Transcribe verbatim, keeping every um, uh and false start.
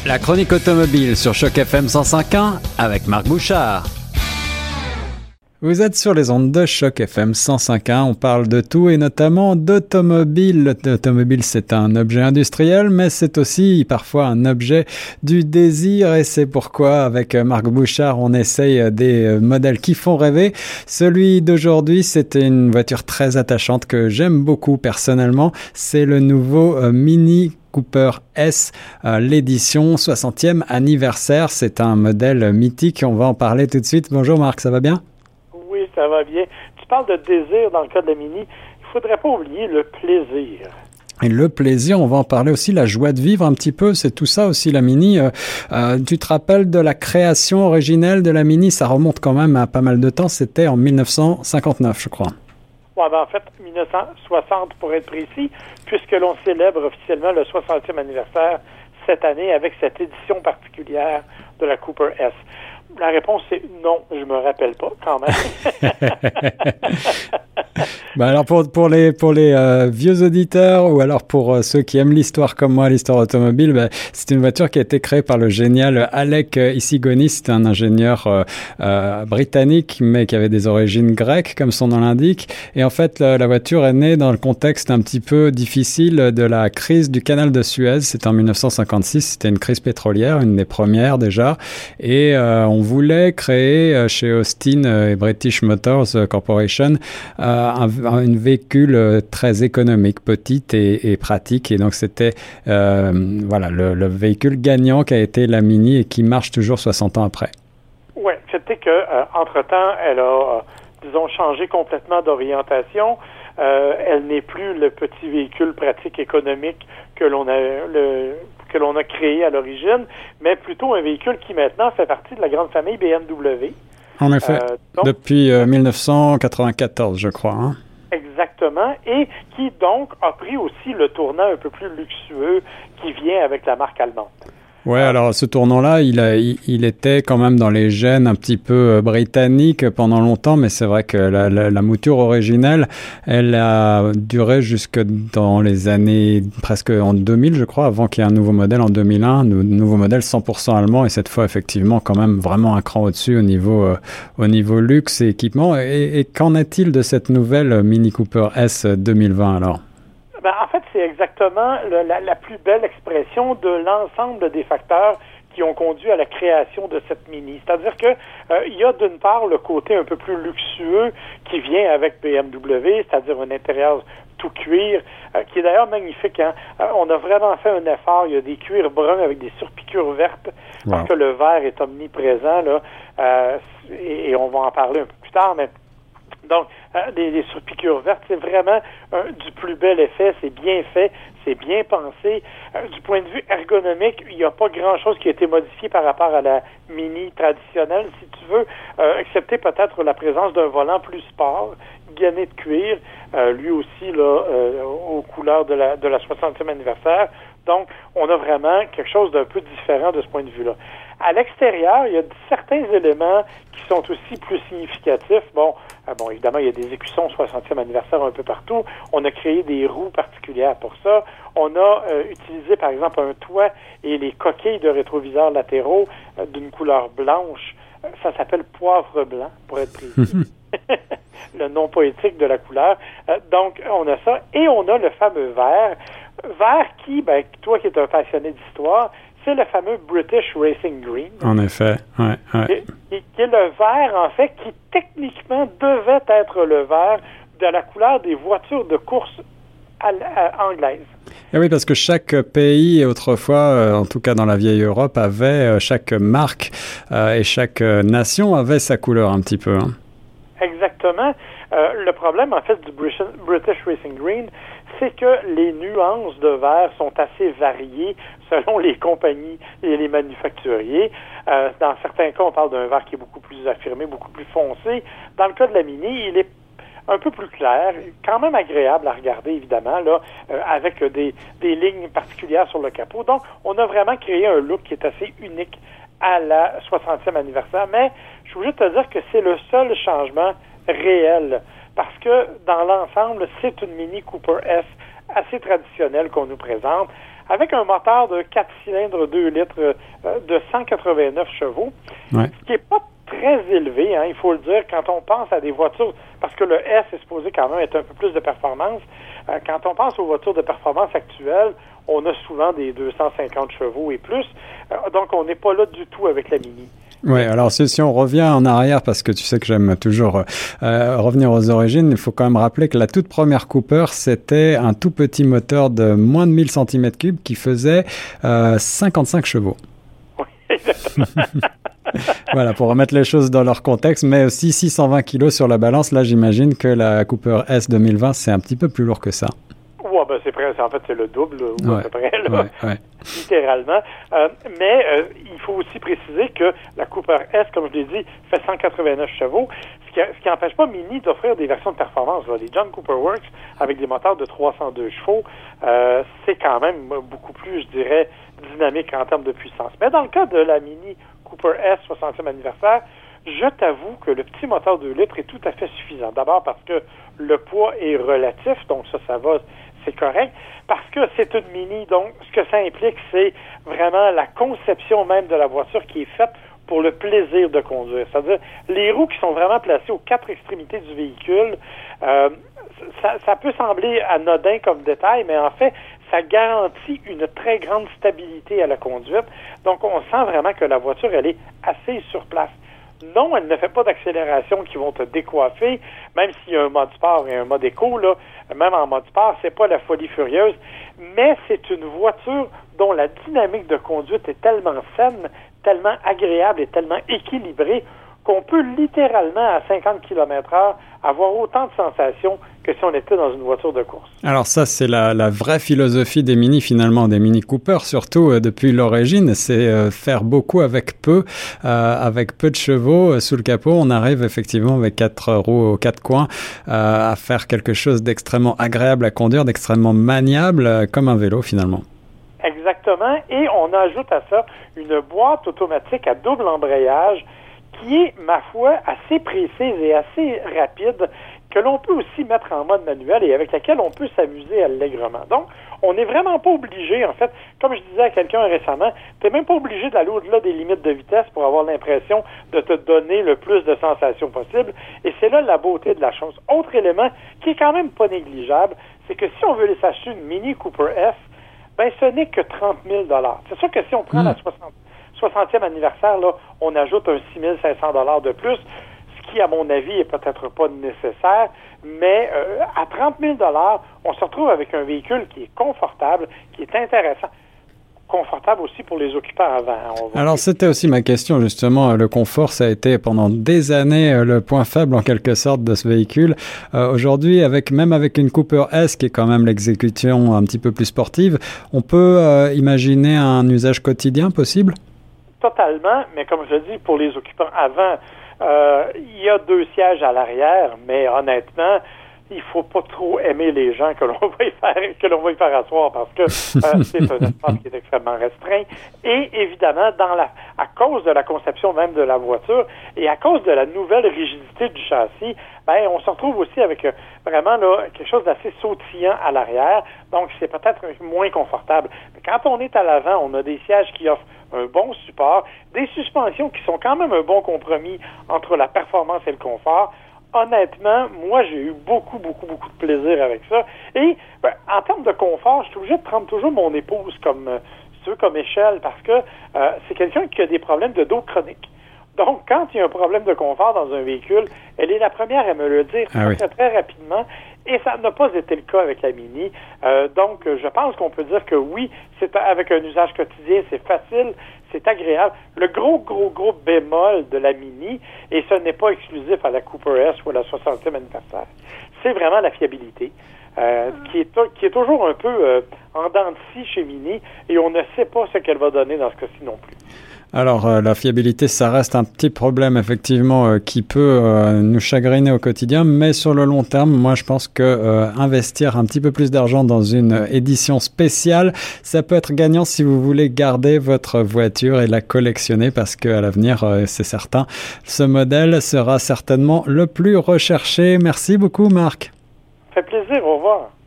La chronique automobile sur Choc F M cent cinq point un avec Marc Bouchard. Vous êtes sur les ondes de Choc F M cent cinq point un, on parle de tout et notamment d'automobile. L'automobile, c'est un objet industriel, mais c'est aussi parfois un objet du désir et c'est pourquoi avec Marc Bouchard, on essaye des modèles qui font rêver. Celui d'aujourd'hui, c'était une voiture très attachante que j'aime beaucoup personnellement. C'est le nouveau euh, Mini Cooper S, euh, l'édition soixantième anniversaire. C'est un modèle mythique, on va en parler tout de suite. Bonjour Marc, ça va bien? Oui, ça va bien. Tu parles de désir dans le cas de la Mini. Il faudrait pas oublier le plaisir. Et le plaisir, on va en parler aussi, la joie de vivre un petit peu, c'est tout ça aussi la Mini. Euh, euh, tu te rappelles de la création originelle de la Mini? Ça remonte quand même à pas mal de temps, c'était en dix-neuf cent cinquante-neuf, je crois. Ouais, ben en fait, dix-neuf cent soixante pour être précis, puisque l'on célèbre officiellement le soixantième anniversaire cette année avec cette édition particulière de la Cooper S. La réponse c'est non, je me rappelle pas quand même. Ben alors pour pour les pour les euh, vieux auditeurs ou alors pour euh, ceux qui aiment l'histoire comme moi, l'histoire automobile, ben, c'est une voiture qui a été créée par le génial Alec Isigoni. C'était un ingénieur euh, euh, britannique mais qui avait des origines grecques comme son nom l'indique. Et en fait la, la voiture est née dans le contexte un petit peu difficile de la crise du canal de Suez. C'était en dix-neuf cent cinquante-six. C'était une crise pétrolière, une des premières déjà. Et euh, on voulait créer chez Austin et British Motors Corporation euh, un, un véhicule très économique, petite et, et pratique. Et donc, c'était euh, voilà, le, le véhicule gagnant qui a été la Mini et qui marche toujours soixante ans après. Oui, c'était que euh, entre-temps, elle a, euh, disons, changé complètement d'orientation. Euh, elle n'est plus le petit véhicule pratique économique que l'on a le que l'on a créé à l'origine, mais plutôt un véhicule qui maintenant fait partie de la grande famille B M W. En effet, euh, donc, depuis euh, dix-neuf cent quatre-vingt-quatorze, je crois. Hein? Exactement, et qui donc a pris aussi le tournant un peu plus luxueux qui vient avec la marque allemande. Ouais, alors ce tournant-là, il, a, il, il était quand même dans les gènes un petit peu britanniques pendant longtemps, mais c'est vrai que la, la, la mouture originelle, elle a duré jusque dans les années presque en deux mille, je crois, avant qu'il y ait un nouveau modèle en deux mille un, un nouveau modèle cent pour cent allemand, et cette fois effectivement quand même vraiment un cran au-dessus au niveau euh, au niveau luxe et équipement. Et, et qu'en est-il de cette nouvelle Mini Cooper S deux mille vingt alors? Ben, en fait, c'est exactement le, la, la plus belle expression de l'ensemble des facteurs qui ont conduit à la création de cette Mini. C'est-à-dire que euh, il y a d'une part le côté un peu plus luxueux qui vient avec B M W, c'est-à-dire un intérieur tout cuir, euh, qui est d'ailleurs magnifique. Hein? Euh, on a vraiment fait un effort. Il y a des cuirs bruns avec des surpiqûres vertes, wow. Parce que le vert est omniprésent, là, euh, et, et on va en parler un peu plus tard, mais donc, euh, des, des surpiqûres vertes, c'est vraiment euh, du plus bel effet, c'est bien fait, c'est bien pensé. Euh, du point de vue ergonomique, il n'y a pas grand-chose qui a été modifié par rapport à la Mini traditionnelle, si tu veux, euh, excepté peut-être la présence d'un volant plus sport, gainé de cuir, euh, lui aussi là euh, aux couleurs de la, de la soixantième anniversaire. Donc, on a vraiment quelque chose d'un peu différent de ce point de vue-là. À l'extérieur, il y a certains éléments qui sont aussi plus significatifs. Bon, euh, bon, évidemment, il y a des écussons soixantième anniversaire un peu partout. On a créé des roues particulières pour ça. On a euh, utilisé, par exemple, un toit et les coquilles de rétroviseurs latéraux euh, d'une couleur blanche. Euh, ça s'appelle poivre blanc, pour être précis. Le nom poétique de la couleur. Euh, donc, on a ça. Et on a le fameux vert. Vert qui, ben, toi qui es un passionné d'histoire, c'est le fameux British Racing Green. En effet, oui. Ouais. Qui, qui est le vert, en fait, qui techniquement devait être le vert de la couleur des voitures de course à, à, anglaises. Et oui, parce que chaque pays, autrefois, euh, en tout cas dans la vieille Europe, avait, euh, chaque marque euh, et chaque euh, nation avait sa couleur un petit peu. Hein. Exactement. Euh, le problème, en fait, du British, British Racing Green, c'est que les nuances de vert sont assez variées selon les compagnies et les manufacturiers. Euh, dans certains cas, on parle d'un vert qui est beaucoup plus affirmé, beaucoup plus foncé. Dans le cas de la Mini, il est un peu plus clair, quand même agréable à regarder, évidemment, là, euh, avec des, des lignes particulières sur le capot. Donc, on a vraiment créé un look qui est assez unique à la soixantième anniversaire. Mais je suis obligé de te dire que c'est le seul changement réel, parce que dans l'ensemble, c'est une Mini Cooper S assez traditionnelle qu'on nous présente, avec un moteur de quatre cylindres deux litres euh, de cent quatre-vingt-neuf chevaux, ouais. ce qui n'est pas très élevé, hein, il faut le dire, quand on pense à des voitures, parce que le S est supposé quand même être un peu plus de performance, euh, quand on pense aux voitures de performance actuelles, on a souvent des deux cent cinquante chevaux et plus, euh, donc on n'est pas là du tout avec la Mini. Oui, alors si, si on revient en arrière, parce que tu sais que j'aime toujours euh, revenir aux origines, il faut quand même rappeler que la toute première Cooper, c'était un tout petit moteur de moins de mille centimètres cubes qui faisait euh, cinquante-cinq chevaux. Oui, exactement. Voilà, pour remettre les choses dans leur contexte, mais aussi six cent vingt kilos sur la balance. Là, j'imagine que la Cooper S deux mille vingt, c'est un petit peu plus lourd que ça. Ouais, ben c'est presque, en fait, c'est le double, ou ouais, à peu près, là, ouais, ouais. littéralement. Euh, mais euh, il faut aussi préciser que la Cooper S, comme je l'ai dit, fait cent quatre-vingt-neuf chevaux, ce qui n'empêche pas Mini d'offrir des versions de performance. Là. Les John Cooper Works, avec des moteurs de trois cent deux chevaux, euh, c'est quand même beaucoup plus, je dirais, dynamique en termes de puissance. Mais dans le cas de la Mini Cooper S soixantième anniversaire, je t'avoue que le petit moteur deux litres est tout à fait suffisant. D'abord parce que le poids est relatif, donc ça, ça va, c'est correct. Parce que c'est une Mini, donc ce que ça implique, c'est vraiment la conception même de la voiture qui est faite pour le plaisir de conduire. C'est-à-dire, les roues qui sont vraiment placées aux quatre extrémités du véhicule, euh, ça, ça peut sembler anodin comme détail, mais en fait, ça garantit une très grande stabilité à la conduite. Donc, on sent vraiment que la voiture, elle est assise sur place. Non, elle ne fait pas d'accélération qui vont te décoiffer, même s'il y a un mode sport et un mode éco, là, même en mode sport, c'est pas la folie furieuse, mais c'est une voiture dont la dynamique de conduite est tellement saine, tellement agréable et tellement équilibrée qu'on peut littéralement, à cinquante kilomètres heure, avoir autant de sensations que si on était dans une voiture de course. Alors ça, c'est la, la vraie philosophie des Mini, finalement, des Mini Cooper, surtout euh, depuis l'origine, c'est euh, faire beaucoup avec peu, euh, avec peu de chevaux euh, sous le capot. On arrive effectivement avec quatre roues aux quatre coins euh, à faire quelque chose d'extrêmement agréable à conduire, d'extrêmement maniable, euh, comme un vélo finalement. Exactement, et on ajoute à ça une boîte automatique à double embrayage qui est, ma foi, assez précise et assez rapide, que l'on peut aussi mettre en mode manuel et avec laquelle on peut s'amuser allègrement. Donc, on n'est vraiment pas obligé, en fait, comme je disais à quelqu'un récemment, tu n'es même pas obligé d'aller au-delà des limites de vitesse pour avoir l'impression de te donner le plus de sensations possible. Et c'est là la beauté de la chose. Autre élément qui est quand même pas négligeable, c'est que si on veut s'acheter une Mini Cooper S, ben ce n'est que trente mille dollars. C'est sûr que si on prend mmh. la soixantième anniversaire, là, on ajoute un six mille cinq cents dollars de plus, ce qui, à mon avis, est peut-être pas nécessaire, mais euh, à trente mille dollars, on se retrouve avec un véhicule qui est confortable, qui est intéressant, confortable aussi pour les occupants avant. Alors, c'était aussi ma question, justement. Le confort, ça a été pendant des années le point faible, en quelque sorte, de ce véhicule. Euh, aujourd'hui, avec même avec une Cooper S, qui est quand même l'exécution un petit peu plus sportive, on peut euh, imaginer un usage quotidien possible? Totalement, mais comme je dis, pour les occupants avant, euh, il y a deux sièges à l'arrière, mais honnêtement, il faut pas trop aimer les gens que l'on va y faire, que l'on va y faire asseoir parce que euh, c'est un espace qui est extrêmement restreint. Et évidemment, dans la, à cause de la conception même de la voiture et à cause de la nouvelle rigidité du châssis, ben on se retrouve aussi avec euh, vraiment là quelque chose d'assez sautillant à l'arrière. Donc c'est peut-être moins confortable. Mais quand on est à l'avant, on a des sièges qui offrent un bon support, des suspensions qui sont quand même un bon compromis entre la performance et le confort. Honnêtement, moi, j'ai eu beaucoup, beaucoup, beaucoup de plaisir avec ça. Et ben, en termes de confort, je suis obligé de prendre toujours mon épouse comme, euh, si tu veux, comme échelle parce que euh, c'est quelqu'un qui a des problèmes de dos chronique. Donc, quand il y a un problème de confort dans un véhicule, elle est la première à me le dire ah très, oui. très rapidement. Et ça n'a pas été le cas avec la Mini. Euh, donc, je pense qu'on peut dire que oui, c'est avec un usage quotidien, c'est facile, c'est agréable. Le gros, gros, gros bémol de la Mini, et ce n'est pas exclusif à la Cooper S ou à la soixantième anniversaire, c'est vraiment la fiabilité, euh, qui est qui est toujours un peu euh, en dents de scie chez Mini, et on ne sait pas ce qu'elle va donner dans ce cas-ci non plus. Alors, euh, la fiabilité, ça reste un petit problème, effectivement, euh, qui peut euh, nous chagriner au quotidien, mais sur le long terme, moi, je pense que euh, investir un petit peu plus d'argent dans une édition spéciale, ça peut être gagnant si vous voulez garder votre voiture et la collectionner, parce qu'à l'avenir, euh, c'est certain, ce modèle sera certainement le plus recherché. Merci beaucoup, Marc. Ça fait plaisir, au revoir.